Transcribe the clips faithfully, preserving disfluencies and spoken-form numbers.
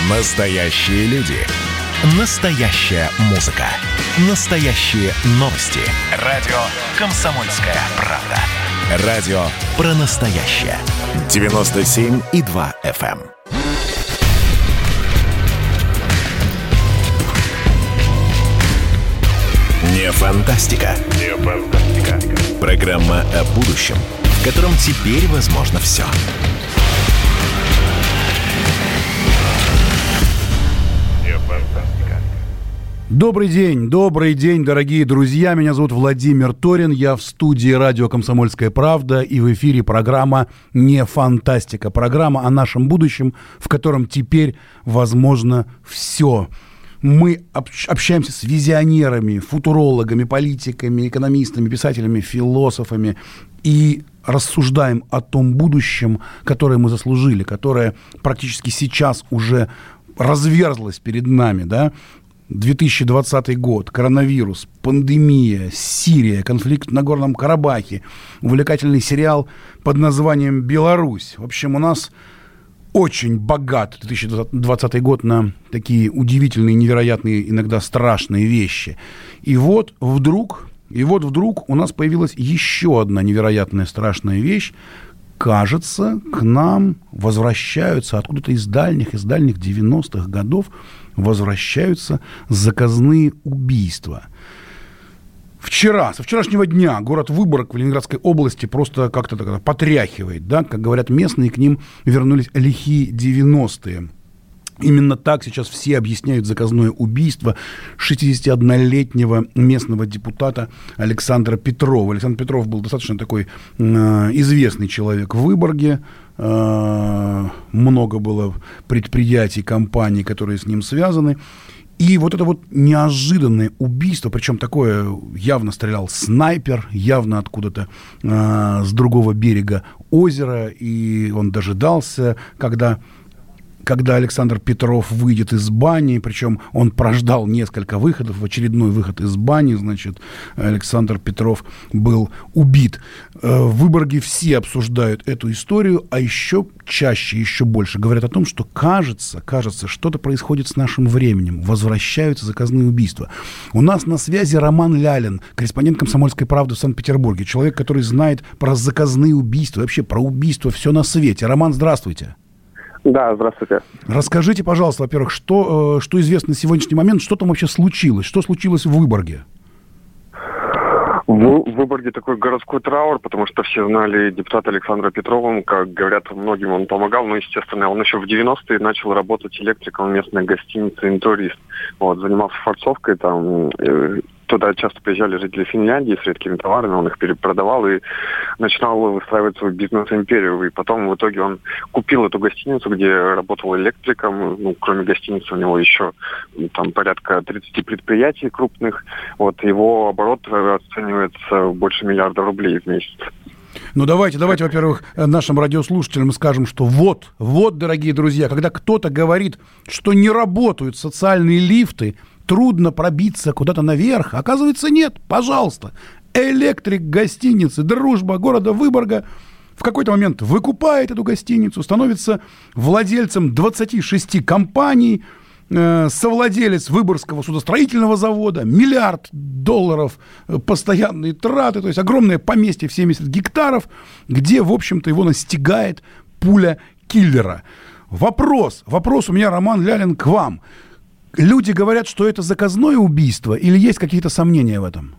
Настоящие люди. Настоящая музыка. Настоящие новости. Радио «Комсомольская правда». Радио про настоящее. девяносто семь и два эф эм. Не фантастика. Не фантастика. Программа о будущем, в котором теперь возможно все. Добрый день, добрый день, дорогие друзья. Меня зовут Владимир Торин. Я в студии радио «Комсомольская правда» и в эфире программа «Не фантастика». Программа о нашем будущем, в котором теперь возможно все. Мы общаемся с визионерами, футурологами, политиками, экономистами, писателями, философами и рассуждаем о том будущем, которое мы заслужили, которое практически сейчас уже разверзлось перед нами, да? две тысячи двадцатый год, коронавирус, пандемия, Сирия, конфликт в Нагорном Карабахе, увлекательный сериал под названием «Беларусь». В общем, у нас очень богат две тысячи двадцатый год на такие удивительные, невероятные, иногда страшные вещи. И вот вдруг, и вот вдруг у нас появилась еще одна невероятная, страшная вещь. Кажется, к нам возвращаются откуда-то из дальних, из дальних девяностых годов возвращаются заказные убийства. Вчера, со вчерашнего дня город Выборг в Ленинградской области просто как-то так потряхивает, да, как говорят местные, к ним вернулись лихие девяностые. Именно так сейчас все объясняют заказное убийство шестидесятиоднолетнего местного депутата Александра Петрова. Александр Петров был достаточно такой э, известный человек в Выборге. Э, много было предприятий, компаний, которые с ним связаны. И вот это вот неожиданное убийство, причем такое, явно стрелял снайпер, явно откуда-то э, с другого берега озера, и он дожидался, когда... когда Александр Петров выйдет из бани, причем он прождал несколько выходов, в очередной выход из бани, значит, Александр Петров был убит. В Выборге все обсуждают эту историю, а еще чаще, еще больше говорят о том, что кажется, кажется, что-то происходит с нашим временем, возвращаются заказные убийства. У нас на связи Роман Лялин, корреспондент «Комсомольской правды» в Санкт-Петербурге, человек, который знает про заказные убийства, вообще про убийства все на свете. Роман, здравствуйте. Да, здравствуйте. Расскажите, пожалуйста, во-первых, что, что известно на сегодняшний момент, что там вообще случилось, что случилось в Выборге? В Выборге такой городской траур, потому что все знали депутата Александра Петрова, как говорят, многим он помогал, но, естественно, он еще в девяностые начал работать электриком в местной гостинице «Интурист». Вот, занимался форцовкой там. Туда часто приезжали жители Финляндии с редкими товарами, он их перепродавал и начинал выстраивать свою бизнес-империю. И потом в итоге он купил эту гостиницу, где работал электриком. Ну, кроме гостиницы у него еще там порядка тридцать предприятий крупных. Вот, его оборот оценивается больше миллиарда рублей в месяц. Ну, давайте, давайте, во-первых, нашим радиослушателям скажем, что вот, вот, дорогие друзья, когда кто-то говорит, что не работают социальные лифты, трудно пробиться куда-то наверх, оказывается, нет, пожалуйста. Электрик гостиницы «Дружба» города Выборга в какой-то момент выкупает эту гостиницу, становится владельцем двадцати шести компаний, э, совладелец Выборгского судостроительного завода, миллиард долларов постоянные траты, то есть огромное поместье в семьдесят гектаров, где, в общем-то, его настигает пуля киллера. Вопрос, вопрос у меня, Роман Лялин, к вам. Люди говорят, что это заказное убийство, или есть какие-то сомнения в этом?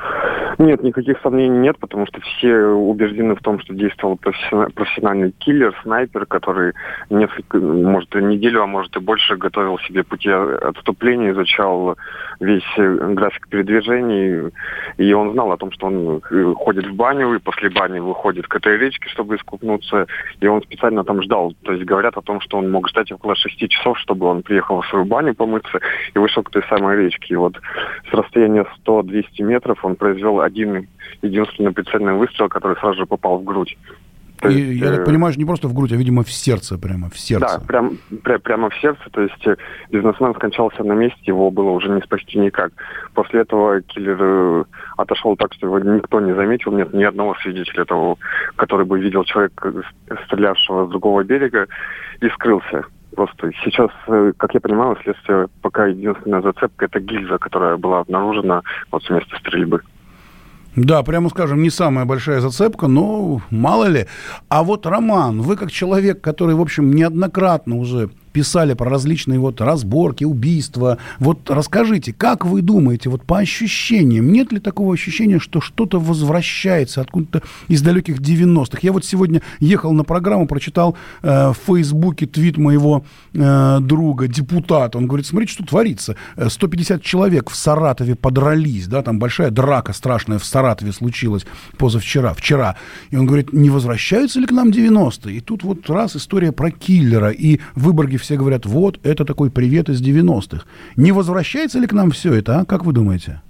Нет, никаких сомнений нет, потому что все убеждены в том, что действовал профессиональный киллер, снайпер, который несколько, может, неделю, а может и больше готовил себе пути отступления, изучал весь график передвижений, и он знал о том, что он ходит в баню, и после бани выходит к этой речке, чтобы искупнуться, и он специально там ждал. То есть говорят о том, что он мог ждать около шести часов, чтобы он приехал в свою баню помыться и вышел к той самой речке. И вот с расстояния сто-двести метров он произвел один единственный прицельный выстрел, который сразу же попал в грудь. То и, есть, я так понимаю, не просто в грудь, а, видимо, в сердце прямо, в сердце. Да, прям, прям, прямо в сердце. То есть бизнесмен скончался на месте, его было уже не спасти никак. После этого киллер отошел так, что его никто не заметил. Нет ни одного свидетеля того, который бы видел человека, стрелявшего с другого берега, и скрылся. просто. Сейчас, как я понимаю, следствие пока единственная зацепка — это гильза, которая была обнаружена вот с места стрельбы. Да, прямо скажем, не самая большая зацепка, но мало ли. А вот, Роман, вы как человек, который, в общем, неоднократно уже писали про различные вот разборки, убийства. Вот расскажите, как вы думаете, вот по ощущениям, нет ли такого ощущения, что что-то возвращается откуда-то из далеких девяностых? Я вот сегодня ехал на программу, прочитал э, в Фейсбуке твит моего э, друга, депутата. Он говорит, смотрите, что творится. сто пятьдесят человек в Саратове подрались, да, там большая драка страшная в Саратове случилась позавчера, вчера. И он говорит, не возвращаются ли к нам девяностые? И тут вот раз история про киллера, и в Выборге все говорят, вот, это такой привет из девяностых. Не возвращается ли к нам все это, а? Как вы думаете?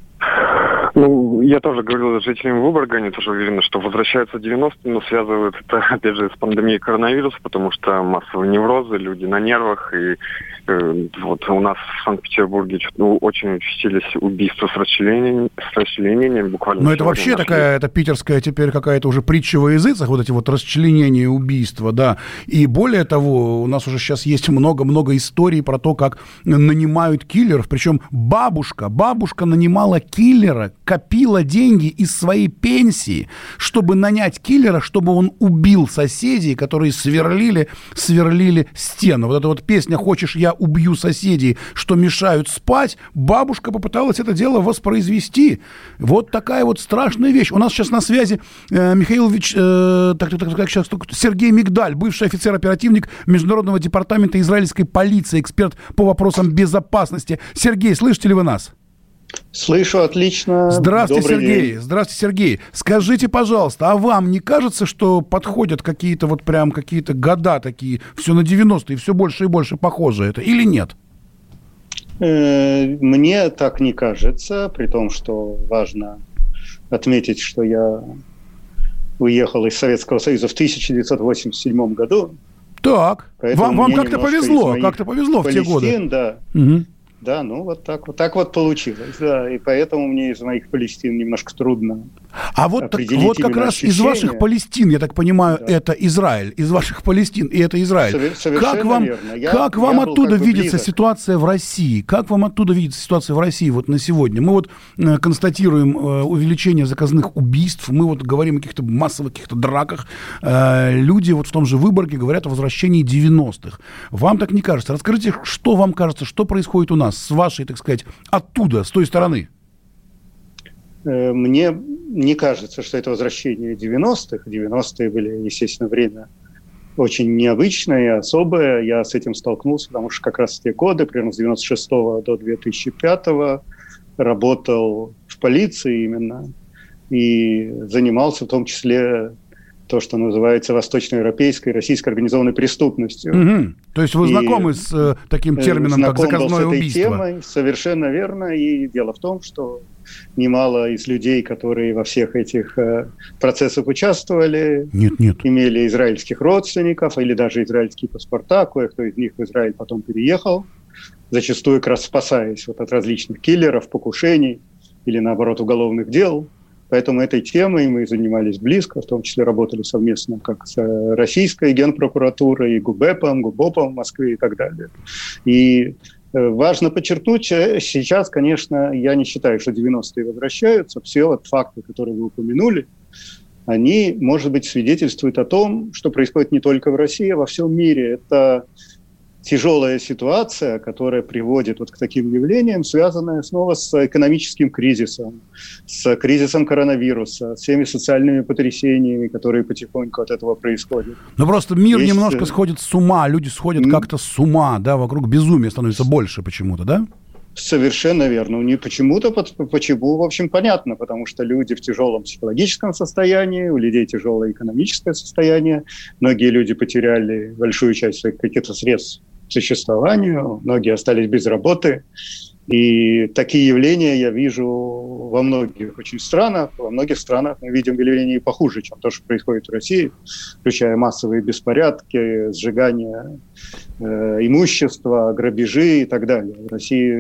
Ну, я тоже говорил с жителями Выборга, они тоже уверены, что возвращаются девяностые, но связывают это, опять же, с пандемией коронавируса, потому что массовые неврозы, люди на нервах, и э, вот у нас в Санкт-Петербурге ну, очень участились убийства с расчленением, с расчленением буквально. Но это вообще нашли. Такая, это питерская теперь какая-то уже притча во языцах, вот эти вот расчленения, убийства, да. И более того, у нас уже сейчас есть много-много историй про то, как нанимают киллеров, причем бабушка, бабушка нанимала киллера, копила деньги из своей пенсии, чтобы нанять киллера, чтобы он убил соседей, которые сверлили, сверлили стену. Вот эта вот песня «Хочешь, я убью соседей, что мешают спать», бабушка попыталась это дело воспроизвести. Вот такая вот страшная вещь. У нас сейчас на связи э, Михаил Вич, э, так, так, так, как сейчас, Сергей Мигдаль, бывший офицер-оперативник Международного департамента израильской полиции, эксперт по вопросам безопасности. Сергей, слышите ли вы нас? Слышу, отлично. Здравствуйте, Добрый Сергей. день. Здравствуйте, Сергей. Скажите, пожалуйста, а вам не кажется, что подходят какие-то вот прям какие-то года такие, все на девяностые, все больше и больше похоже это, или нет? Мне так не кажется, при том, что важно отметить, что я уехал из Советского Союза в тысяча девятьсот восемьдесят седьмом году. Так, вам, вам как-то повезло, как-то повезло в те годы. Да. Угу. Да, ну вот так вот, так вот получилось, да, и поэтому мне из моих Палестин немножко трудно. А вот, так, вот как раз ощущения. Из ваших Палестин, я так понимаю, да. Это Израиль, из ваших Палестин, и это Израиль. Совер- как вам, я, как вам я оттуда как видится близок. ситуация в России? Как вам оттуда видится ситуация в России вот на сегодня? Мы вот э, констатируем э, увеличение заказных убийств, мы вот говорим о каких-то массовых каких-то драках. Э, люди вот в том же Выборге говорят о возвращении девяностых. Вам так не кажется? Расскажите, что вам кажется, что происходит у нас с вашей, так сказать, оттуда, с той стороны? Мне не кажется, что это возвращение девяностых. девяностые были, естественно, время очень необычное, особое. Я с этим столкнулся, потому что как раз в те годы, примерно с девяносто шестого до две тысячи пятого, работал в полиции именно и занимался в том числе то, что называется восточноевропейской, российской организованной преступностью. Угу. То есть вы и знакомы с э, таким термином, как заказное был с этой убийство? Темой, совершенно верно. И дело в том, что немало из людей, которые во всех этих э, процессах участвовали, нет, нет. имели израильских родственников или даже израильские паспорта. Кое-кто из них в Израиль потом переехал, зачастую как раз спасаясь вот от различных киллеров, покушений или, наоборот, уголовных дел. Поэтому этой темой мы занимались близко, в том числе работали совместно как с российской генпрокуратурой, и ГУБЭПом, ГУБОПом в Москве и так далее. И важно подчеркнуть, сейчас, конечно, я не считаю, что девяностые возвращаются. Все вот факты, которые вы упомянули, они, может быть, свидетельствуют о том, что происходит не только в России, а во всем мире. Это тяжелая ситуация, которая приводит вот к таким явлениям, связанная снова с экономическим кризисом, с кризисом коронавируса, с всеми социальными потрясениями, которые потихоньку от этого происходят. Ну просто мир Есть... немножко сходит с ума, люди сходят mm. как-то с ума, да, вокруг безумия становится больше почему-то, да? Совершенно верно. Не почему-то, почему, в общем, понятно, потому что люди в тяжелом психологическом состоянии, у людей тяжелое экономическое состояние, многие люди потеряли большую часть своих каких-то средств к существованию, многие остались без работы. И такие явления я вижу во многих очень странах. Во многих странах мы видим явления похуже, чем то, что происходит в России, включая массовые беспорядки, сжигание э, имущества, грабежи и так далее. В России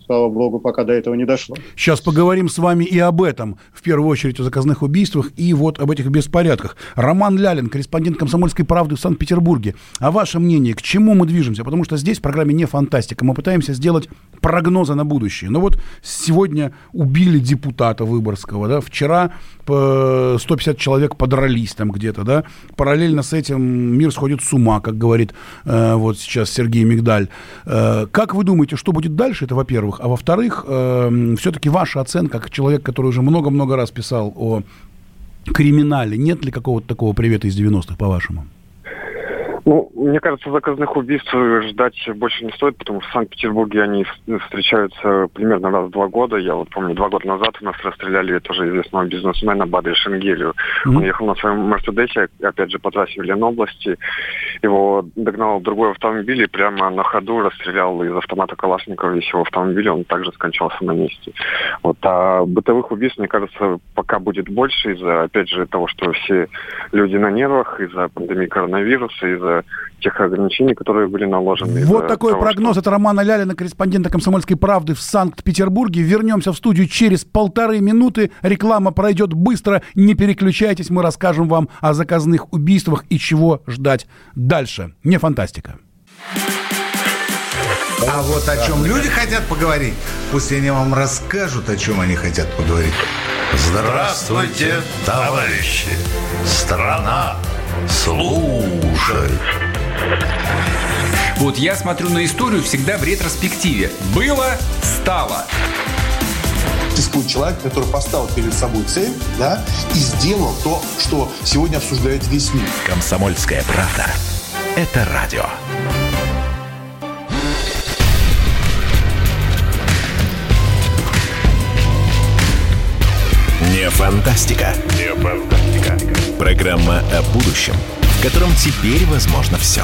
слава богу, пока до этого не дошло. Сейчас поговорим с вами и об этом, в первую очередь о заказных убийствах и вот об этих беспорядках. Роман Лялин, корреспондент «Комсомольской правды» в Санкт-Петербурге. А ваше мнение, к чему мы движемся? Потому что здесь в программе «Не фантастика». Мы пытаемся сделать прогнозы на будущее. Но вот сегодня убили депутата Выборгского, да, вчера сто пятьдесят человек подрались там где-то, да, параллельно с этим мир сходит с ума, как говорит э, вот сейчас Сергей Мигдаль. Э, как вы думаете, что будет дальше, это во-первых, а во-вторых, э, все-таки ваша оценка, как человек, который уже много-много раз писал о криминале, нет ли какого-то такого привета из девяностых, по-вашему? Ну, мне кажется, заказных убийств ждать больше не стоит, потому что в Санкт-Петербурге они встречаются примерно раз в два года. Я вот помню, два года назад у нас расстреляли тоже известного бизнесмена Бадри Шенгелю. Mm-hmm. Он ехал на своем Мерседесе, опять же, по трассе в Ленобласти. Его догнал другой автомобиль и прямо на ходу расстрелял из автомата Калашникова весь его автомобиль. Он также скончался на месте. Вот. А бытовых убийств, мне кажется, пока будет больше из-за, опять же, того, что все люди на нервах, из-за пандемии коронавируса, из-за тех ограничений, которые были наложены. Вот такой того, прогноз что... от Романа Лялина, корреспондента «Комсомольской правды» в Санкт-Петербурге. Вернемся в студию через полторы минуты. Реклама пройдет быстро. Не переключайтесь, мы расскажем вам о заказных убийствах и чего ждать дальше. Не фантастика. А вот о чем люди хотят поговорить, пусть они вам расскажут, о чем они хотят поговорить. Здравствуйте, товарищи! Страна слушай! Вот я смотрю на историю всегда в ретроспективе. Было, стало. Существует человек, который поставил перед собой цель, да, и сделал то, что сегодня обсуждает весь мир. «Комсомольская правда» — это радио. Не фантастика. Не фантастика. Программа о будущем, в котором теперь возможно все.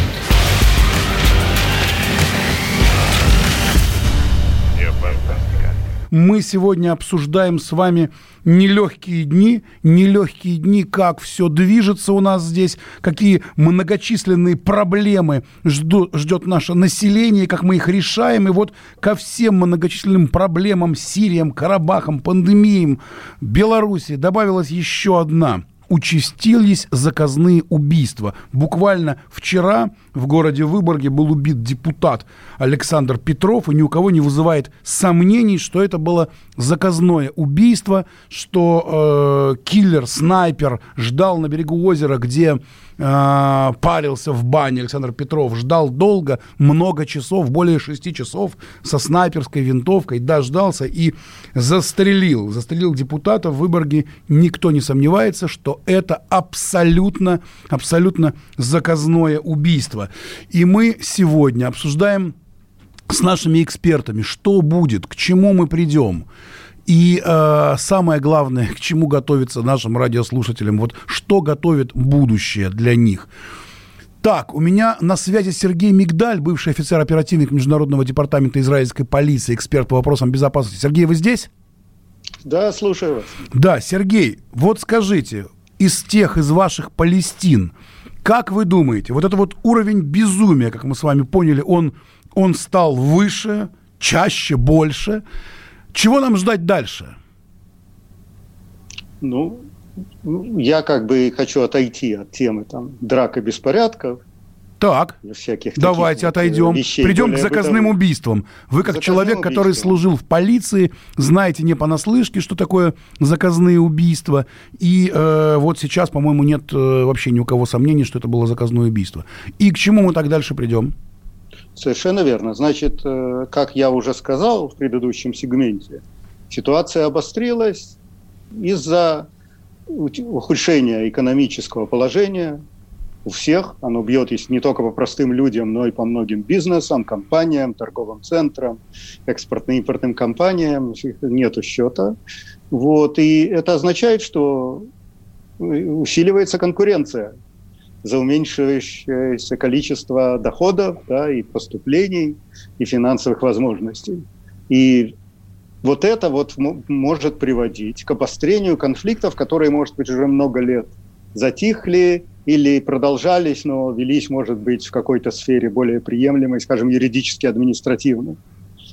Не фантастика. Мы сегодня обсуждаем с вами нелегкие дни, нелегкие дни, как все движется у нас здесь, какие многочисленные проблемы жду, ждет наше население, как мы их решаем. И вот ко всем многочисленным проблемам, Сириям, Карабахам, пандемиям Беларуси добавилась еще одна. Участились заказные убийства. Буквально вчера в городе Выборге был убит депутат Александр Петров, и ни у кого не вызывает сомнений, что это было заказное убийство, что э, киллер, снайпер ждал на берегу озера, где э, парился в бане Александр Петров, ждал долго, много часов, более шести часов со снайперской винтовкой, дождался и застрелил. Застрелил депутата в Выборге. Никто не сомневается, что это абсолютно, абсолютно заказное убийство. И мы сегодня обсуждаем с нашими экспертами, что будет, к чему мы придем. И э, самое главное, к чему готовиться нашим радиослушателям, вот что готовит будущее для них. Так, у меня на связи Сергей Мигдаль, бывший офицер-оперативник Международного департамента израильской полиции, эксперт по вопросам безопасности. Сергей, вы здесь? Да, слушаю вас. Да, Сергей, вот скажите, из тех, из ваших Палестин, как вы думаете, вот этот вот уровень безумия, как мы с вами поняли, он, он стал выше, чаще, больше. Чего нам ждать дальше? Ну, я как бы хочу отойти от темы там драк и беспорядков. Так, всяких давайте вот отойдем. Вещей, придем к заказным бытовых. убийствам. Вы как Заказным человек, убийствам. который служил в полиции, знаете не понаслышке, что такое заказные убийства. И э, вот сейчас, по-моему, нет э, вообще ни у кого сомнений, что это было заказное убийство. И к чему мы так дальше придем? Совершенно верно. Значит, э, как я уже сказал в предыдущем сегменте, ситуация обострилась из-за ухудшения экономического положения. У всех оно бьет не только по простым людям, но и по многим бизнесам, компаниям, торговым центрам, экспортно-импортным компаниям. Нету счета. Вот. И это означает, что усиливается конкуренция за уменьшающееся количество доходов, да, и поступлений, и финансовых возможностей. И вот это вот может приводить к обострению конфликтов, которые, может быть, уже много лет затихли, или продолжались, но велись, может быть, в какой-то сфере более приемлемой, скажем, юридически-административной.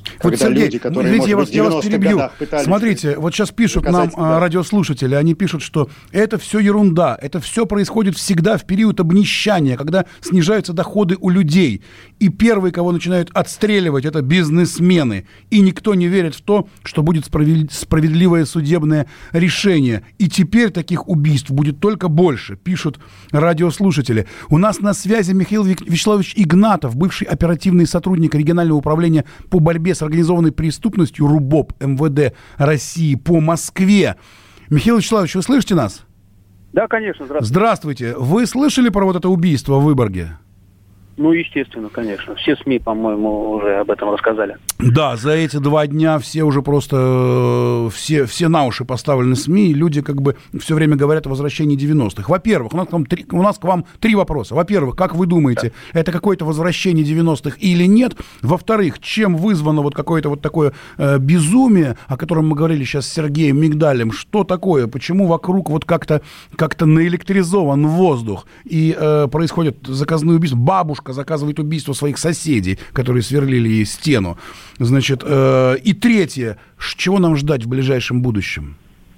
Вот, когда Сергей, люди, которые, видите, может я быть, вас, я вас в девяностых перебью. годах пытались... Смотрите, вот сейчас пишут нам да. радиослушатели, они пишут, что это все ерунда, это все происходит всегда в период обнищания, когда снижаются доходы у людей. И первые, кого начинают отстреливать, это бизнесмены. И никто не верит в то, что будет справедливое судебное решение. И теперь таких убийств будет только больше, пишут радиослушатели. У нас на связи Михаил Вячеславович Игнатов, бывший оперативный сотрудник регионального управления по борьбе с организованной преступностью РУБОП эм вэ дэ России по Москве. Михаил Вячеславович, вы слышите нас? Да, конечно, здравствуйте. Здравствуйте. Вы слышали про вот это убийство в Выборге? Ну, естественно, конечно. Все СМИ, по-моему, уже об этом рассказали. Да, за эти два дня все уже просто, все, все на уши поставлены СМИ, и люди как бы все время говорят о возвращении девяностых. Во-первых, у нас к вам три, у нас к вам три вопроса. Во-первых, как вы думаете, да. это какое-то возвращение девяностых или нет? Во-вторых, чем вызвано вот какое-то вот такое э, безумие, о котором мы говорили сейчас с Сергеем Мигдалем? Что такое? Почему вокруг вот как-то, как-то наэлектризован воздух и э, происходят заказные убийства? Бабушка заказывает убийство своих соседей, которые сверлили ей стену. Значит, э, и третье, чего нам ждать в ближайшем будущем?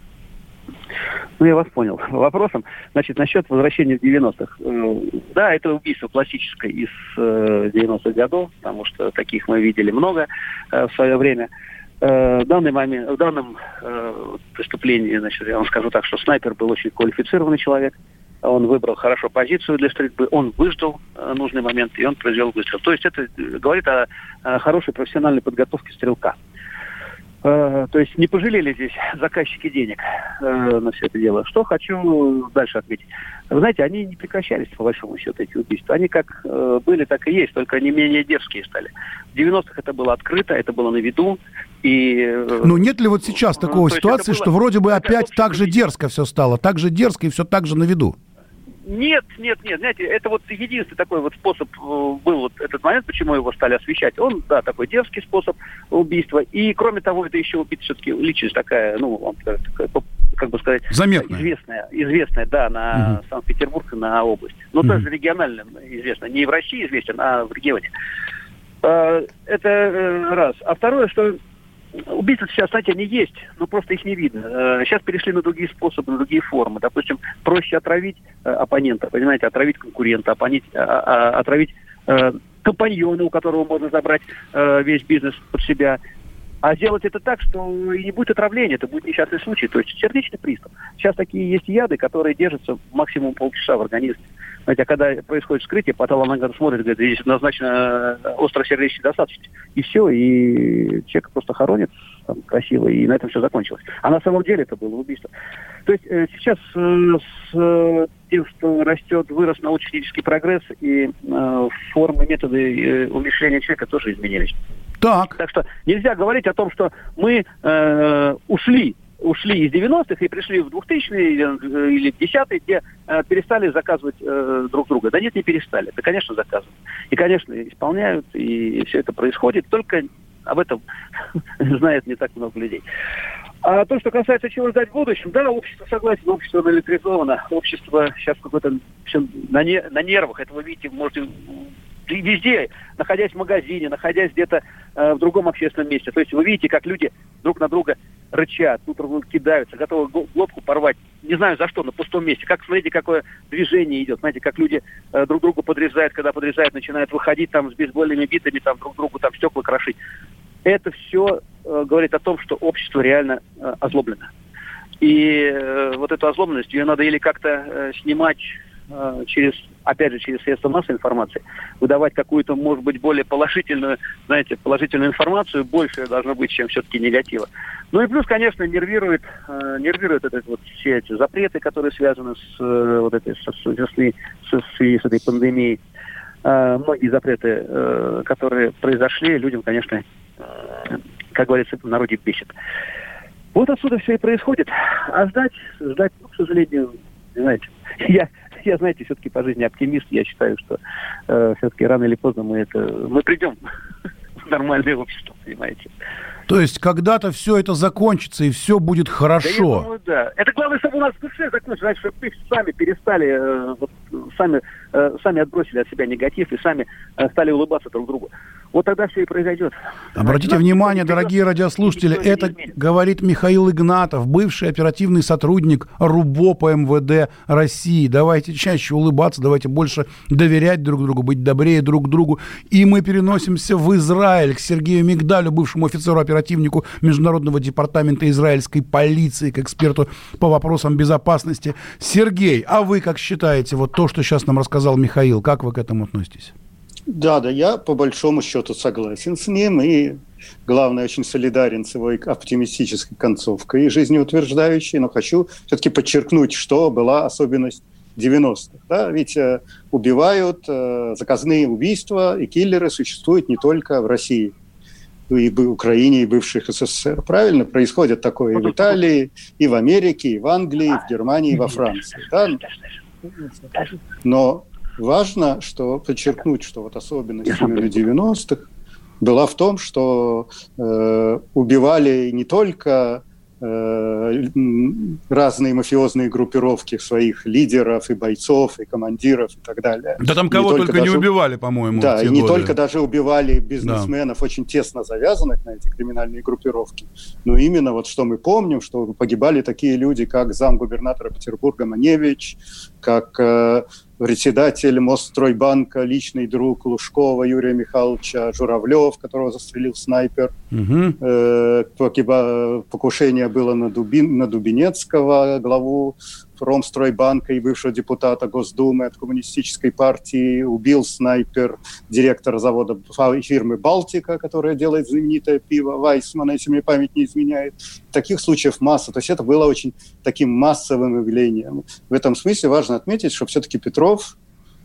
Ну, я вас понял вопросом. Значит, насчет возвращения в девяностых. Да, это убийство классическое из девяностых годов, потому что таких мы видели много в свое время. В, данный момент, в данном преступлении, значит, я вам скажу так, что снайпер был очень квалифицированный человек. Он выбрал хорошо позицию для стрельбы, он выждал э, нужный момент, и он произвел выстрел. То есть это говорит о, о хорошей профессиональной подготовке стрелка. Э, то есть не пожалели здесь заказчики денег э, на все это дело. Что хочу дальше отметить. Вы знаете, они не прекращались, по большому счету, эти убийства. Они как э, были, так и есть, только они менее дерзкие стали. В девяностых это было открыто, это было на виду. И, э, Но нет ли вот сейчас такого ну, ситуации, что вроде бы опять так же дерзко все стало, так же дерзко и все так же на виду? Нет, нет, нет, знаете, это вот единственный такой вот способ э, был вот этот момент, почему его стали освещать. Он, да, такой дерзкий способ убийства. И, кроме того, это еще убийца все-таки личность такая, ну, он, такая, как бы сказать, заметная. известная, известная, да, на угу. Санкт-Петербург и на область. Но угу. тоже регионально известно. Не в России известен, а в регионе. Э, это э, раз. А второе, что убийства сейчас, знаете, они есть, но просто их не видно. Сейчас перешли на другие способы, на другие формы. Допустим, проще отравить оппонента, понимаете, отравить конкурента, оппонить, отравить компаньона, у которого можно забрать весь бизнес под себя. А сделать это так, что и не будет отравления, это будет несчастный случай, то есть сердечный приступ. Сейчас такие есть яды, которые держатся максимум полчаса в организме. Знаете, а когда происходит вскрытие, патологоанатом смотрит, говорит, здесь однозначно остросердечная достаточность. И все, и человека просто хоронят там, красиво, и на этом все закончилось. А на самом деле это было убийство. То есть э, сейчас э, с э, тем, что растет, вырос научно-технический прогресс, и э, формы, методы э, умерщвления человека тоже изменились. Так. Так что нельзя говорить о том, что мы э, ушли, ушли из девяностых и пришли в двухтысячные или, или в десятые, где э, перестали заказывать э, друг друга. Да нет, не перестали. Да, конечно, заказывают. И, конечно, исполняют, и все это происходит. Только об этом знает не так много людей. А то, что касается чего ждать в будущем, да, общество согласен, общество наэлектризовано, общество сейчас какое-то все на, не, на нервах, это вы видите, можете везде, находясь в магазине, находясь где-то э, в другом общественном месте. То есть вы видите, как люди друг на друга рычат, друг на друга кидаются, готовы глотку порвать, не знаю за что, на пустом месте. Как, смотрите, какое движение идет, знаете, как люди э, друг другу подрезают, когда подрезают, начинают выходить там с бейсбольными битами, там друг другу там стекла крошить. Это все э, говорит о том, что общество реально э, озлоблено. И э, вот эту озлобленность, ее надо или как-то э, снимать э, через, опять же, через средства массовой информации, выдавать какую-то, может быть, более положительную, знаете, положительную информацию, больше должно быть, чем все-таки негатива. Ну и плюс, конечно, нервирует, э, нервирует это, вот, все эти запреты, которые связаны с э, вот этой, с, с, с, с, с этой пандемией. Э, многие запреты, э, которые произошли, людям, конечно, как говорится, в народе бесит. Вот отсюда все и происходит. А ждать, ждать, ну, к сожалению, знаете, я, я, знаете, все-таки по жизни оптимист. Я считаю, что э, все-таки рано или поздно мы это, мы придем в нормальное общество. понимаете. То есть когда-то все это закончится, и все будет хорошо. Да, я думаю, да. Это главное, чтобы у нас в душе закончилось, значит, чтобы мы сами перестали, э, вот, сами, э, сами отбросили от себя негатив и сами э, стали улыбаться друг другу. Вот тогда все и произойдет. Обратите Нам внимание, дорогие радиослушатели, это говорит Михаил Игнатов, бывший оперативный сотрудник РУБОПа эм вэ дэ России. Давайте чаще улыбаться, давайте больше доверять друг другу, быть добрее друг другу. И мы переносимся в Израиль к Сергею Мигдалю, бывшему офицеру-оперативнику Международного департамента израильской полиции, к эксперту по вопросам безопасности. Сергей, а вы как считаете, вот то, что сейчас нам рассказал Михаил, как вы к этому относитесь? Да, да, я по большому счету согласен с ним и, главное, очень солидарен с его оптимистической концовкой и жизнеутверждающей, но хочу все-таки подчеркнуть, что была особенность девяностых. Да? Ведь э, убивают, э, заказные убийства и киллеры существуют не только в России, и в Украине, и бывших эс эс эс эр. Правильно? Происходит такое и в Италии, и в Америке, и в Англии, и в Германии, и во Франции. Да? Но важно, что подчеркнуть, что вот особенность именно девяностых была в том, что э, убивали не только э, разные мафиозные группировки своих лидеров и бойцов, и командиров, и так далее. Да там кого только, только даже, не убивали, по-моему. Да, и не годы. Только даже убивали бизнесменов, да, очень тесно завязанных на эти криминальные группировки, но именно вот что мы помним, что погибали такие люди, как замгубернатора Петербурга Маневич, как э, председатель Мосстройбанка, личный друг Лужкова Юрия Михайловича Журавлев, которого застрелил снайпер. Угу. Э, покушение было на, Дубин, на Дубинецкого, главу Промстройбанка и бывшего депутата Госдумы от коммунистической партии. Убил снайпер директора завода фирмы «Балтика», которая делает знаменитое пиво Вайсмана, если мне память не изменяет. Таких случаев масса. То есть это было очень таким массовым явлением. В этом смысле важно отметить, что все-таки Петров,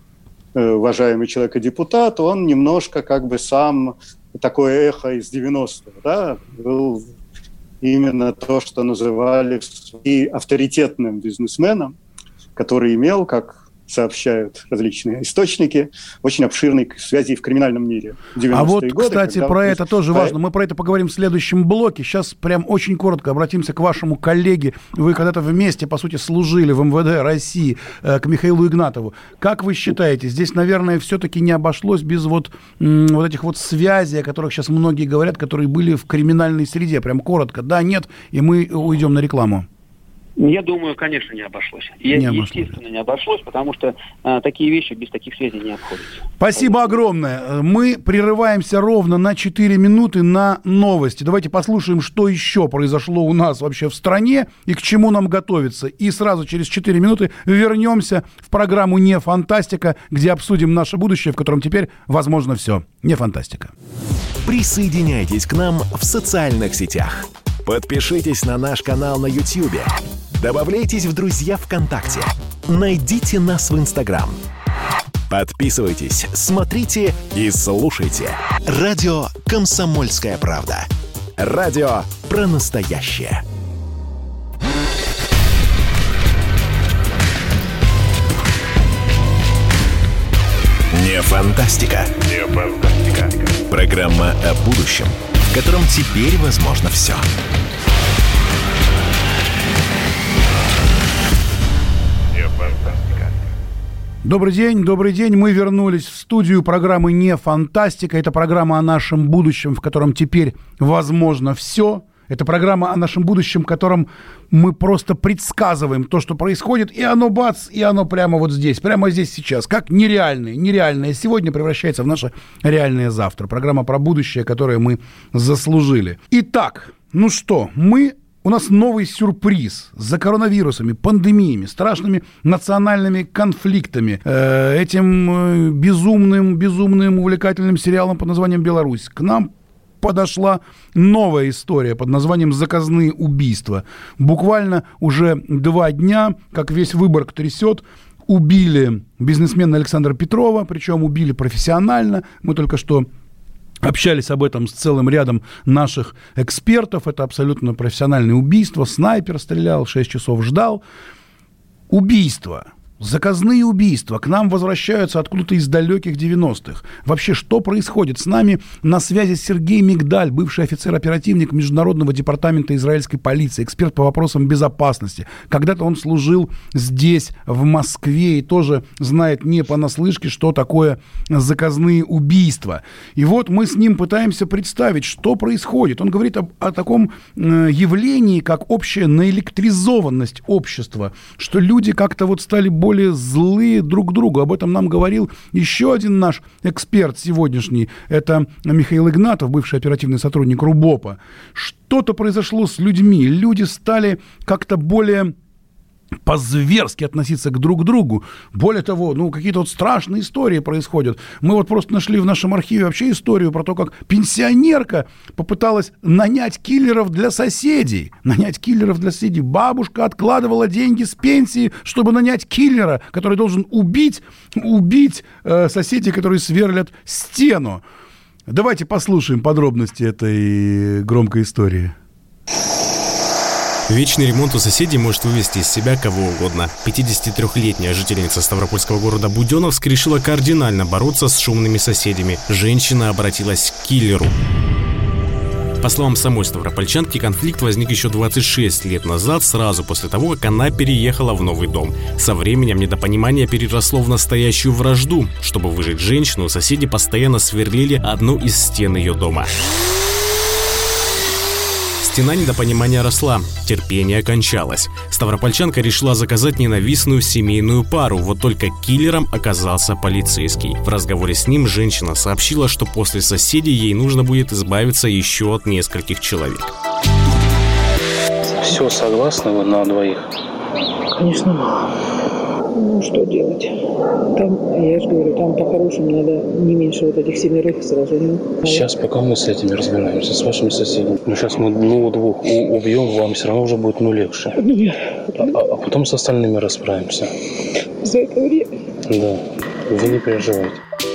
уважаемый человек и депутат, он немножко как бы сам такое эхо из девяностых, да, был именно то, что называли и авторитетным бизнесменом, который имел, как сообщают различные источники, очень обширные связи в криминальном мире. А вот, годы, кстати, про это тоже по... важно. Мы про это поговорим в следующем блоке. Сейчас прям очень коротко обратимся к вашему коллеге. Вы когда-то вместе, по сути, служили в эм вэ дэ России, к Михаилу Игнатову. Как вы считаете, здесь, наверное, все-таки не обошлось без вот, м- вот этих вот связей, о которых сейчас многие говорят, которые были в криминальной среде? Прям коротко. Да, нет, и мы уйдем на рекламу. Я думаю, конечно, не обошлось. Я, не обошлось. Естественно, не обошлось, потому что а, такие вещи без таких связей не обходятся. Спасибо огромное. Мы прерываемся ровно на четыре минуты на новости. Давайте послушаем, что еще произошло у нас вообще в стране и к чему нам готовиться. И сразу через четыре минуты вернемся в программу «Не фантастика», где обсудим наше будущее, в котором теперь возможно все. Не фантастика. Присоединяйтесь к нам в социальных сетях. Подпишитесь на наш канал на YouTube. Добавляйтесь в друзья ВКонтакте. Найдите нас в Инстаграм. Подписывайтесь, смотрите и слушайте. Радио «Комсомольская правда». Радио про настоящее. Не фантастика. Не фантастика. Программа о будущем, в котором теперь возможно все. Добрый день, добрый день. Мы вернулись в студию программы «Не фантастика». Это программа о нашем будущем, в котором теперь возможно все. Это программа о нашем будущем, в котором мы просто предсказываем то, что происходит, и оно бац, и оно прямо вот здесь, прямо здесь сейчас. Как нереальное, нереальное сегодня превращается в наше реальное завтра. Программа про будущее, которое мы заслужили. Итак, ну что, мы... У нас новый сюрприз за коронавирусами, пандемиями, страшными национальными конфликтами, э, этим э, безумным, безумным увлекательным сериалом под названием «Беларусь». К нам подошла новая история под названием «Заказные убийства». Буквально уже два дня, как весь Выборг трясет, убили бизнесмена Александра Петрова, причем убили профессионально. Мы только что общались об этом с целым рядом наших экспертов. Это абсолютно профессиональное убийство. Снайпер стрелял, шесть часов ждал. Убийство. Заказные убийства к нам возвращаются откуда-то из далеких девяностых. Вообще, что происходит? С нами на связи Сергей Мигдаль, бывший офицер-оперативник Международного департамента израильской полиции, эксперт по вопросам безопасности. Когда-то он служил здесь, в Москве, и тоже знает не понаслышке, что такое заказные убийства. И вот мы с ним пытаемся представить, что происходит. Он говорит об, о таком э, явлении, как общая наэлектризованность общества, что люди как-то вот стали более более злые друг к другу. Об этом нам говорил еще один наш эксперт сегодняшний. Это Михаил Игнатов, бывший оперативный сотрудник РУБОПа. Что-то произошло с людьми. Люди стали как-то более по-зверски относиться к друг другу. Более того, ну, какие-то вот страшные истории происходят. Мы вот просто нашли в нашем архиве вообще историю про то, как пенсионерка попыталась нанять киллеров для соседей. Нанять киллеров для соседей. Бабушка откладывала деньги с пенсии, чтобы нанять киллера, который должен убить, убить э, соседей, которые сверлят стену. Давайте послушаем подробности этой громкой истории. Вечный ремонт у соседей может вывести из себя кого угодно. пятидесятитрёхлетняя жительница ставропольского города Буденновск решила кардинально бороться с шумными соседями. Женщина обратилась к киллеру. По словам самой ставропольчанки, конфликт возник еще двадцать шесть лет назад, сразу после того, как она переехала в новый дом. Со временем недопонимание переросло в настоящую вражду. Чтобы выжить женщину, соседи постоянно сверлили одну из стен ее дома. Стена недопонимания росла, терпение кончалось. Ставропольчанка решила заказать ненавистную семейную пару, вот только киллером оказался полицейский. В разговоре с ним женщина сообщила, что после соседей ей нужно будет избавиться еще от нескольких человек. Все, согласны вы на двоих? Конечно, мало. Ну, что делать? Там, я же говорю, там по-хорошему надо не меньше вот этих семерых сразу. Сейчас пока мы с этими разбираемся, с вашими соседями. Ну, сейчас мы ну, двух убьем, вам все равно уже будет ну легче. Нет. А, а потом с остальными расправимся. За это время? Да, вы не переживайте.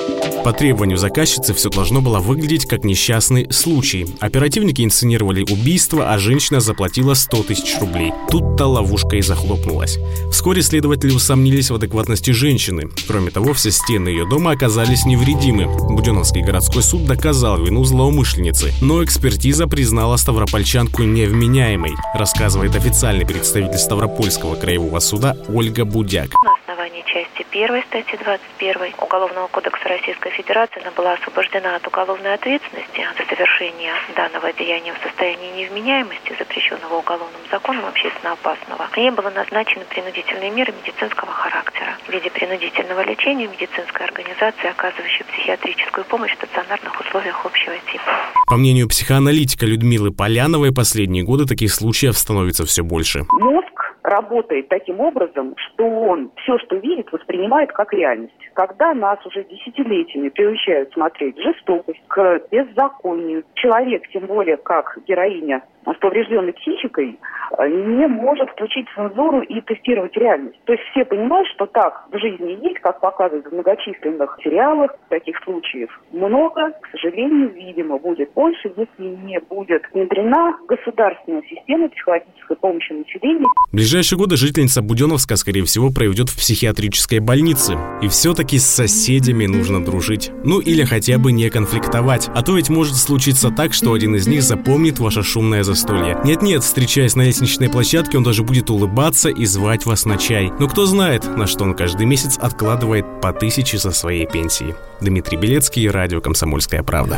По требованию заказчицы все должно было выглядеть как несчастный случай. Оперативники инсценировали убийство, а женщина заплатила сто тысяч рублей. Тут-то ловушка и захлопнулась. Вскоре следователи усомнились в адекватности женщины. Кроме того, все стены ее дома оказались невредимы. Буденновский городской суд доказал вину злоумышленницы, но экспертиза признала ставропольчанку невменяемой, рассказывает официальный представитель Ставропольского краевого суда Ольга Будяк. На основании части первой статьи двадцать первой Уголовного кодекса Российской Федерации она была освобождена от уголовной ответственности за совершение данного деяния в состоянии невменяемости, запрещенного уголовным законом общественно опасного. Ей было назначены принудительные меры медицинского характера в виде принудительного лечения медицинской организации, оказывающей психиатрическую помощь в стационарных условиях общего типа. По мнению психоаналитика Людмилы Поляновой, последние годы таких случаев становится все больше. Мозг работает таким образом, что он все, что видит, воспринимает как реальность. Когда нас уже десятилетиями приучают смотреть жестокость, к беззаконию, человек, тем более как героиня с поврежденной психикой, не может включить цензуру и тестировать реальность. То есть все понимают, что так в жизни есть, как показывают в многочисленных сериалах, таких случаев много, к сожалению, видимо, будет больше, если не будет внедрена государственная система психологической помощи населению. В ближайшие годы жительница Буденновска, скорее всего, проведет в психиатрической больнице. И все-таки с соседями нужно дружить. Ну или хотя бы не конфликтовать. А то ведь может случиться так, что один из них запомнит ваше шумное застолье. Нет-нет, встречаясь на лестничной площадке, он даже будет улыбаться и звать вас на чай. Но кто знает, на что он каждый месяц откладывает по тысяче со своей пенсии. Дмитрий Белецкий, радио «Комсомольская правда».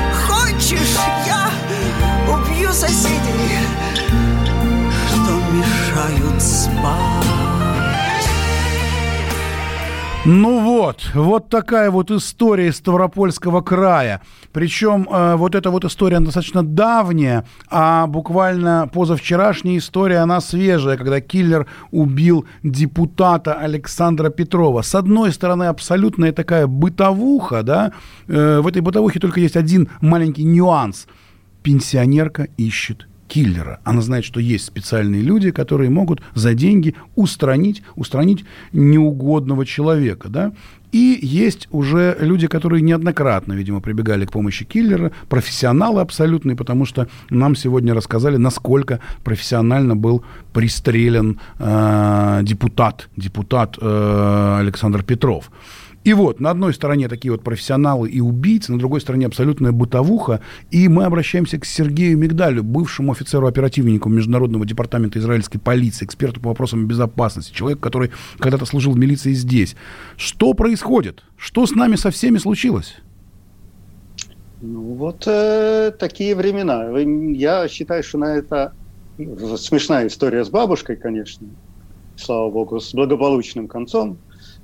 Хочешь, я убью соседей, что мешают спать. Ну вот, вот такая вот история из Ставропольского края. Причем э, вот эта вот история достаточно давняя, а буквально позавчерашняя история, она свежая, когда киллер убил депутата Александра Петрова. С одной стороны, абсолютная такая бытовуха, да, э, в этой бытовухе только есть один маленький нюанс. Пенсионерка ищет киллера. Она знает, что есть специальные люди, которые могут за деньги устранить, устранить неугодного человека, да. И есть уже люди, которые неоднократно, видимо, прибегали к помощи киллера, профессионалы абсолютные, потому что нам сегодня рассказали, насколько профессионально был пристрелен э, депутат, депутат э, Александр Петров. И вот, на одной стороне такие вот профессионалы и убийцы, на другой стороне абсолютная бытовуха. И мы обращаемся к Сергею Мигдалю, бывшему офицеру-оперативнику Международного департамента израильской полиции, эксперту по вопросам безопасности, человек, который когда-то служил в милиции здесь. Что происходит? Что с нами со всеми случилось? Ну, вот э, такие времена. Я считаю, что на это смешная история с бабушкой, конечно, слава богу, с благополучным концом.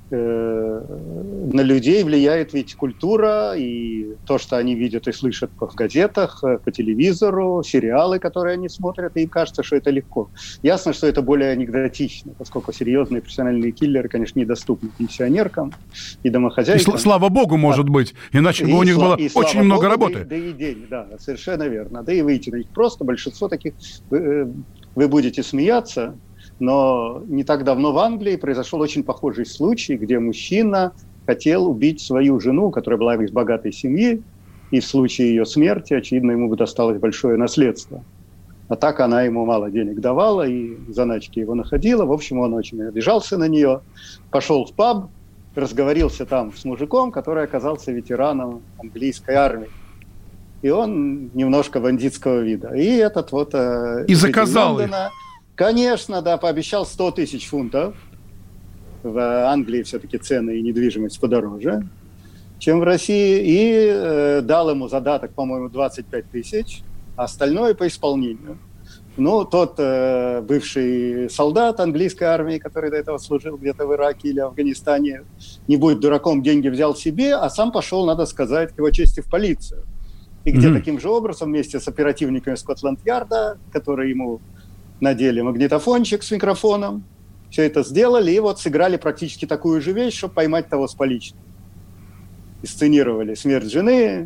На людей влияет ведь культура и то, что они видят и слышат в газетах, по телевизору, сериалы, которые они смотрят, и им кажется, что это легко. Ясно, что это более анекдотично, поскольку серьезные профессиональные киллеры, конечно, недоступны пенсионеркам и домохозяйкам. И слава богу, может а, быть, иначе бы у них было очень много богу, работы. Да, да и день, да, совершенно верно. Да и выйти на них просто, большинство таких, вы, вы будете смеяться, но не так давно в Англии произошел очень похожий случай, где мужчина хотел убить свою жену, которая была из богатой семьи, и в случае ее смерти, очевидно, ему бы досталось большое наследство. А так она ему мало денег давала и заначки его находила. В общем, он очень обижался на нее, пошел в паб, разговорился там с мужиком, который оказался ветераном английской армии. И он немножко бандитского вида. И этот вот... И заказал их. Конечно, да, пообещал сто тысяч фунтов. В Англии все-таки цены и недвижимость подороже, чем в России. И э, дал ему задаток, по-моему, двадцать пять тысяч, а остальное по исполнению. Ну, тот э, бывший солдат английской армии, который до этого служил где-то в Ираке или Афганистане, не будет дураком, деньги взял себе, а сам пошел, надо сказать, к его чести, в полицию. И где mm-hmm. таким же образом вместе с оперативниками Скотланд-Ярда, которые ему... надели магнитофончик с микрофоном, все это сделали, и вот сыграли практически такую же вещь, чтобы поймать того с поличным. Сценировали смерть жены.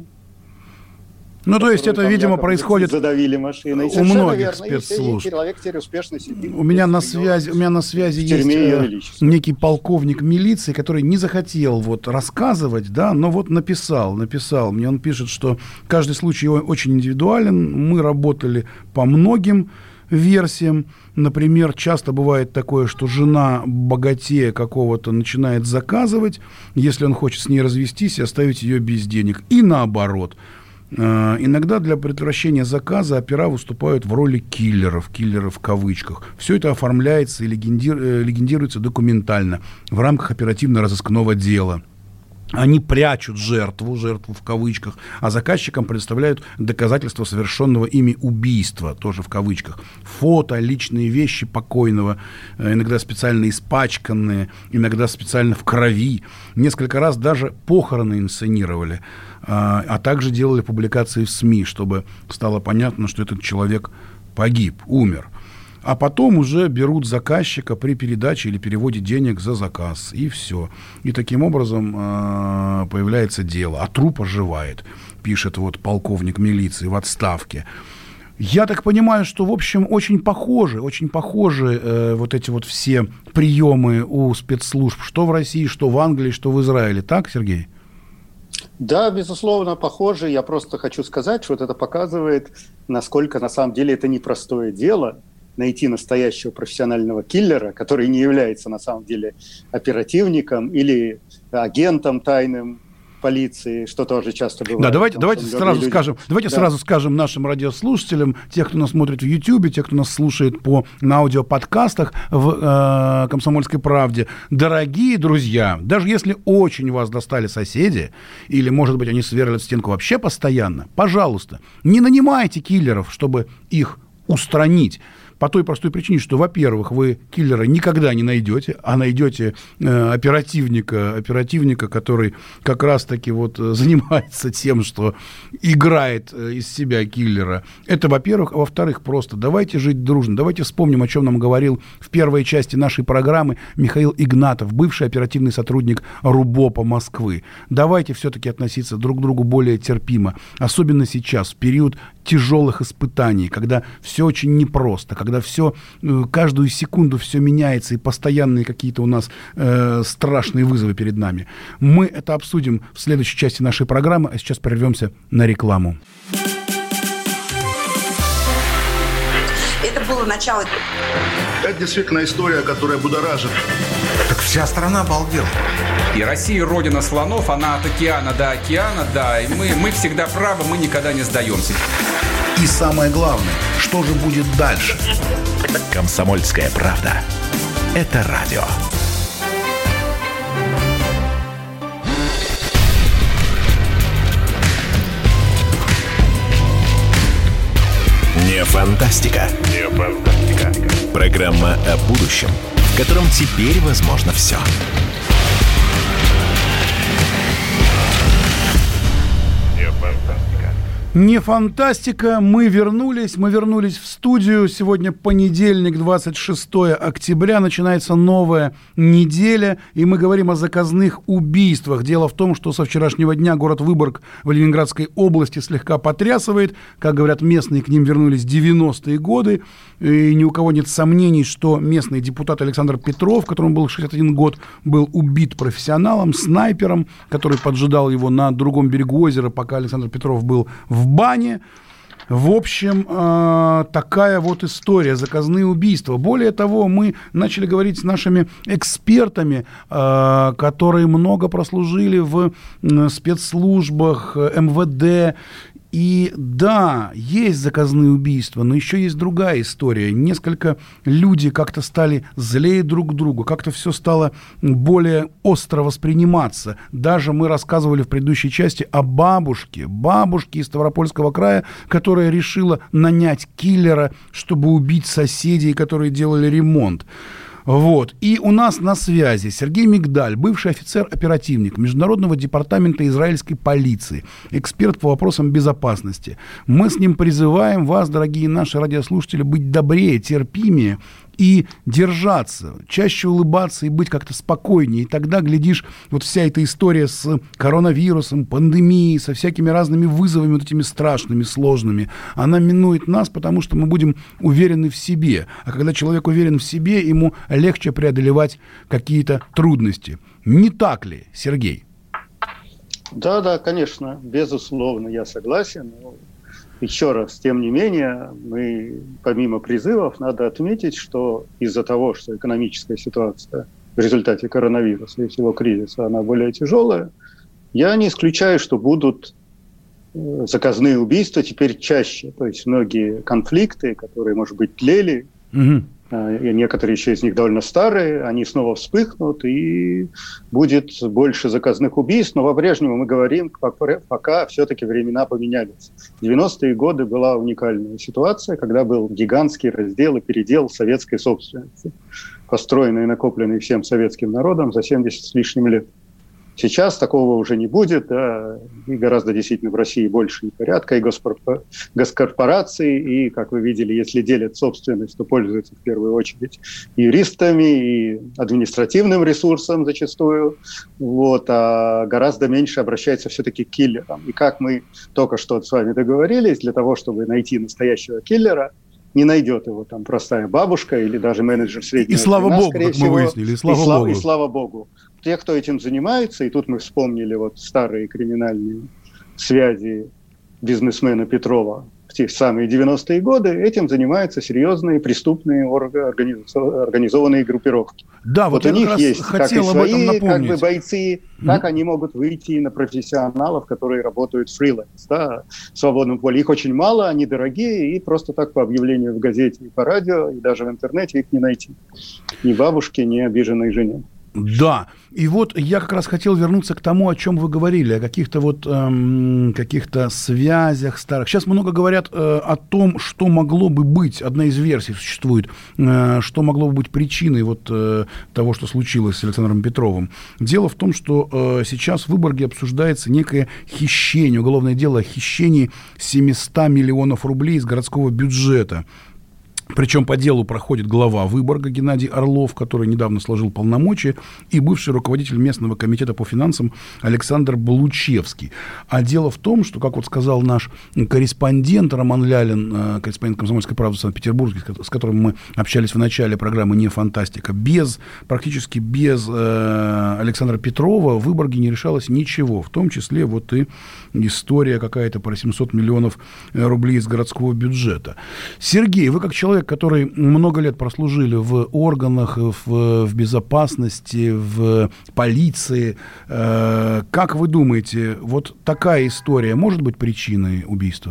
Ну, то есть это, видимо, происходит задавили машиной. У многих спецслужб. И человек теперь успешно сидит. У меня на связи, у меня на связи есть некий полковник милиции, который не захотел вот рассказывать, да, но вот написал, написал. Мне он пишет, что каждый случай очень индивидуален. Мы работали по многим версиям. Например, часто бывает такое, что жена богатея какого-то начинает заказывать, если он хочет с ней развестись и оставить ее без денег. И наоборот. Э, иногда для предотвращения заказа опера выступают в роли киллеров, киллеров в кавычках. Все это оформляется и легенди- легендируется документально в рамках оперативно-розыскного дела. Они прячут жертву, жертву в кавычках, а заказчикам предоставляют доказательства совершенного ими убийства, тоже в кавычках. Фото, личные вещи покойного, иногда специально испачканные, иногда специально в крови. Несколько раз даже похороны инсценировали, а также делали публикации в СМИ, чтобы стало понятно, что этот человек погиб, умер. А потом уже берут заказчика при передаче или переводе денег за заказ. И все. И таким образом э, появляется дело. А труп оживает, пишет вот полковник милиции в отставке. Я так понимаю, что, в общем, очень похожи, очень похожи э, вот эти вот все приемы у спецслужб, что в России, что в Англии, что в Израиле. Так, Сергей? Да, безусловно, похоже. Я просто хочу сказать, что вот это показывает, насколько на самом деле это непростое дело. Найти настоящего профессионального киллера, который не является на самом деле оперативником или агентом тайным полиции, что тоже часто бывает. Да, давайте, давайте сразу люди... скажем, давайте да. сразу скажем нашим радиослушателям, тех, кто нас смотрит в Ютьюбе, тех, кто нас слушает по на аудиоподкастах в э, «Комсомольской правде». Дорогие друзья, даже если очень вас достали соседи, или, может быть, они сверлят стенку вообще постоянно, пожалуйста, не нанимайте киллеров, чтобы их устранить. По той простой причине, что, во-первых, вы киллера никогда не найдете, а найдете э, оперативника, оперативника, который как раз-таки вот занимается тем, что играет э, из себя киллера. Это, во-первых. А во-вторых, просто давайте жить дружно. Давайте вспомним, о чем нам говорил в первой части нашей программы Михаил Игнатов, бывший оперативный сотрудник РУБОПа Москвы. Давайте все-таки относиться друг к другу более терпимо. Особенно сейчас, в период тяжелых испытаний, когда все очень непросто, когда все, каждую секунду все меняется и постоянные какие-то у нас э, страшные вызовы перед нами. Мы это обсудим в следующей части нашей программы, а сейчас прервемся на рекламу. Это было начало. Это действительно история, которая будоражит. Так вся страна обалдела. И Россия родина слонов, она от океана до океана, да, и мы, мы всегда правы, мы никогда не сдаемся. И самое главное, что же будет дальше? «Комсомольская правда». Это радио. Не фантастика. Не фантастика. Программа о будущем, в котором теперь возможно все. Не фантастика. Не фантастика. Мы вернулись. Мы вернулись в студию. Сегодня понедельник, двадцать шестое октября. Начинается новая неделя. И мы говорим о заказных убийствах. Дело в том, что со вчерашнего дня город Выборг в Ленинградской области слегка потрясывает. Как говорят местные, к ним вернулись девяностые годы. И ни у кого нет сомнений, что местный депутат Александр Петров, которому был шестьдесят один год, был убит профессионалом, снайпером, который поджидал его на другом берегу озера, пока Александр Петров был в бане. В общем, э, такая вот история, заказные убийства. Более того, мы начали говорить с нашими экспертами, э, которые много прослужили в э, спецслужбах, э, эм вэ дэ. И да, есть заказные убийства, но еще есть другая история. Несколько люди как-то стали злее друг к другу, как-то все стало более остро восприниматься. Даже мы рассказывали в предыдущей части о бабушке, бабушке из Ставропольского края, которая решила нанять киллера, чтобы убить соседей, которые делали ремонт. Вот. И у нас на связи Сергей Мигдаль, бывший офицер-оперативник Международного департамента израильской полиции, эксперт по вопросам безопасности. Мы с ним призываем вас, дорогие наши радиослушатели, быть добрее, терпимее и держаться, чаще улыбаться и быть как-то спокойнее. И тогда, глядишь, вот вся эта история с коронавирусом, пандемией, со всякими разными вызовами, вот этими страшными, сложными, она минует нас, потому что мы будем уверены в себе. А когда человек уверен в себе, ему легче преодолевать какие-то трудности. Не так ли, Сергей? Да, да, конечно, безусловно, я согласен. Еще раз, тем не менее, мы, помимо призывов, надо отметить, что из-за того, что экономическая ситуация в результате коронавируса и всего кризиса, она более тяжелая, я не исключаю, что будут заказные убийства теперь чаще. То есть многие конфликты, которые, может быть, тлели, угу. и некоторые еще из них довольно старые, они снова вспыхнут, и будет больше заказных убийств, но по-прежнему мы говорим, пока все-таки времена поменялись. В девяностые годы была уникальная ситуация, когда был гигантский раздел и передел советской собственности, построенный и накопленный всем советским народом за семьдесят с лишним лет. Сейчас такого уже не будет, да, и гораздо действительно в России больше и порядка, и госкорпорации, и, как вы видели, если делят собственность, то пользуются в первую очередь юристами и административным ресурсом зачастую, вот, а гораздо меньше обращается все-таки к киллерам. И как мы только что с вами договорились, для того, чтобы найти настоящего киллера, не найдет его там простая бабушка или даже менеджер среднего. И слава звена, богу, как всего, мы выяснили, и слава и слава, богу. И слава богу. Те, кто этим занимается, и тут мы вспомнили вот старые криминальные связи бизнесмена Петрова в те самые девяностые годы, этим занимаются серьезные преступные организованные группировки. Да, вот, вот у них есть как и свои как бы бойцы, mm-hmm. как они могут выйти на профессионалов, которые работают фриланс, да, в свободном поле. Их очень мало, они дорогие, и просто так по объявлению в газете и по радио, и даже в интернете их не найти. Ни бабушки, ни обиженной жене. Да, и вот я как раз хотел вернуться к тому, о чем вы говорили, о каких-то вот эм, каких-то связях старых. Сейчас много говорят э, о том, что могло бы быть, одна из версий существует, э, что могло бы быть причиной вот э, того, что случилось с Александром Петровым. Дело в том, что э, сейчас в Выборге обсуждается некое хищение, уголовное дело о хищении семьсот миллионов рублей из городского бюджета. Причем по делу проходит глава Выборга Геннадий Орлов, который недавно сложил полномочия, и бывший руководитель местного комитета по финансам Александр Балучевский. А дело в том, что, как вот сказал наш корреспондент Роман Лялин, корреспондент «Комсомольской правды» в Санкт-Петербурге, с которым мы общались в начале программы «Не фантастика», без, практически без э, Александра Петрова в Выборге не решалось ничего, в том числе вот и история какая-то про семьсот миллионов рублей из городского бюджета. Сергей, вы как человек, который много лет прослужили в органах, в, в безопасности, в полиции. Э, как вы думаете, вот такая история может быть причиной убийства?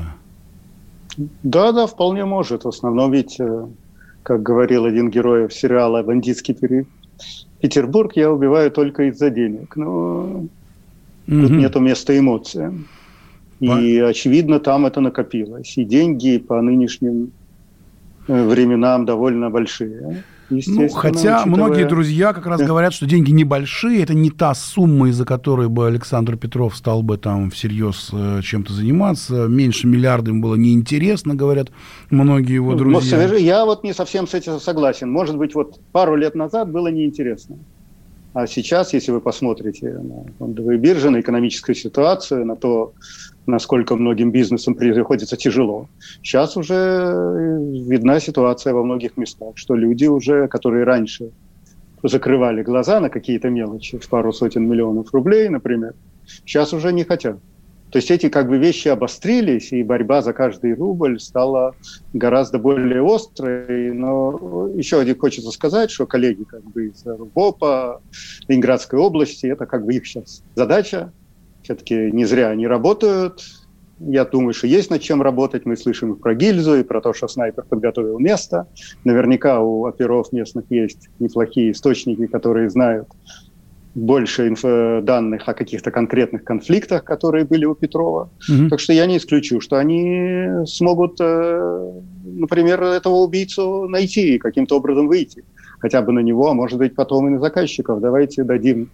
Да, да, вполне может. В основном ведь, как говорил один герой сериала «Бандитский Петербург», я убиваю только из-за денег. Но mm-hmm. тут нету места эмоциям. И, а... очевидно, там это накопилось. И деньги по нынешним временам довольно большие. Ну, хотя учитывая... многие друзья как раз говорят, что деньги небольшие, это не та сумма, из-за которой бы Александр Петров стал бы там всерьез э, чем-то заниматься. Меньше миллиарда им было неинтересно, говорят многие его друзья. Ну, я вот не совсем с этим согласен. Может быть, вот пару лет назад было неинтересно. А сейчас, если вы посмотрите на фондовые биржи, на экономическую ситуацию, на то, насколько многим бизнесам приходится тяжело, сейчас уже видна ситуация во многих местах, что люди уже, которые раньше закрывали глаза на какие-то мелочи, в пару сотен миллионов рублей, например, сейчас уже не хотят. То есть эти как бы вещи обострились, и борьба за каждый рубль стала гораздо более острой. Но еще один хочется сказать, что коллеги как бы из РУБОПа, Ленинградской области, это как бы их сейчас задача. Все-таки не зря они работают. Я думаю, что есть над чем работать. Мы слышим и про гильзу, и про то, что снайпер подготовил место. Наверняка у оперов местных есть неплохие источники, которые знают больше инфо- данных о каких-то конкретных конфликтах, которые были у Петрова. Mm-hmm. Так что я не исключу, что они смогут, э, например, этого убийцу найти и каким-то образом выйти. Хотя бы на него, а может быть потом и на заказчиков. Давайте дадим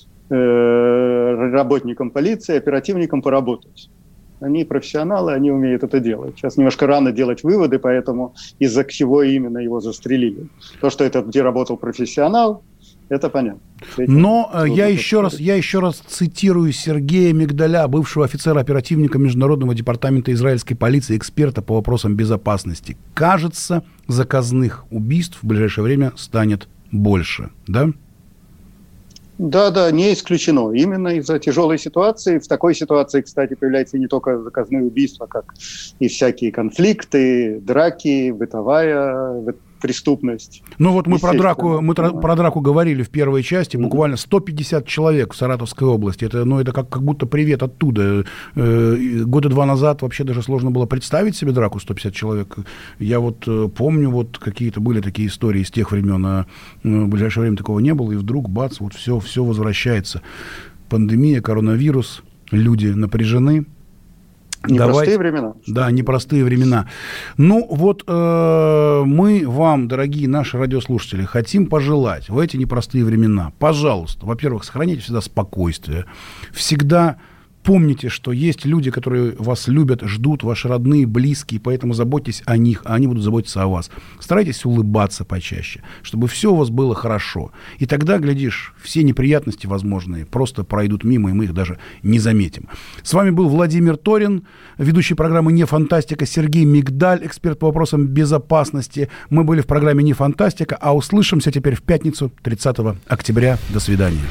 э, работникам полиции, оперативникам поработать. Они профессионалы, они умеют это делать. Сейчас немножко рано делать выводы, поэтому из-за чего именно его застрелили. То, что это где работал профессионал, это понятно. Но я еще, раз, я еще раз цитирую Сергея Мигдаля, бывшего офицера-оперативника Международного департамента израильской полиции, эксперта по вопросам безопасности. Кажется, заказных убийств в ближайшее время станет больше, да? Да, да, не исключено. Именно из-за тяжелой ситуации. В такой ситуации, кстати, появляются не только заказные убийства, как и всякие конфликты, драки, бытовая преступность. Ну вот мы про драку, мы да. про драку говорили в первой части, буквально сто пятьдесят человек в Саратовской области. Это, ну, это как, как будто привет оттуда. Э, года два назад вообще даже сложно было представить себе драку сто пятьдесят человек. Я вот э, помню, вот какие-то были такие истории из тех времен, а в ближайшее время такого не было, и вдруг, бац, вот все, все возвращается. Пандемия, коронавирус, люди напряжены. Непростые Давайте, времена. Да, непростые времена. Ну, вот э, мы вам, дорогие наши радиослушатели, хотим пожелать в эти непростые времена, пожалуйста, во-первых, сохраняйте всегда спокойствие, всегда помните, что есть люди, которые вас любят, ждут, ваши родные, близкие, поэтому заботьтесь о них, а они будут заботиться о вас. Старайтесь улыбаться почаще, чтобы все у вас было хорошо. И тогда, глядишь, все неприятности возможные просто пройдут мимо, и мы их даже не заметим. С вами был Владимир Торин, ведущий программы «Не фантастика», Сергей Мигдаль, эксперт по вопросам безопасности. Мы были в программе «Не фантастика», а услышимся теперь в пятницу, тридцатого октября. До свидания.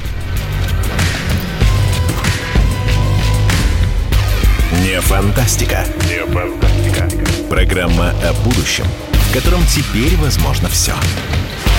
Не фантастика. Не фантастика. Программа о будущем, в котором теперь возможно все.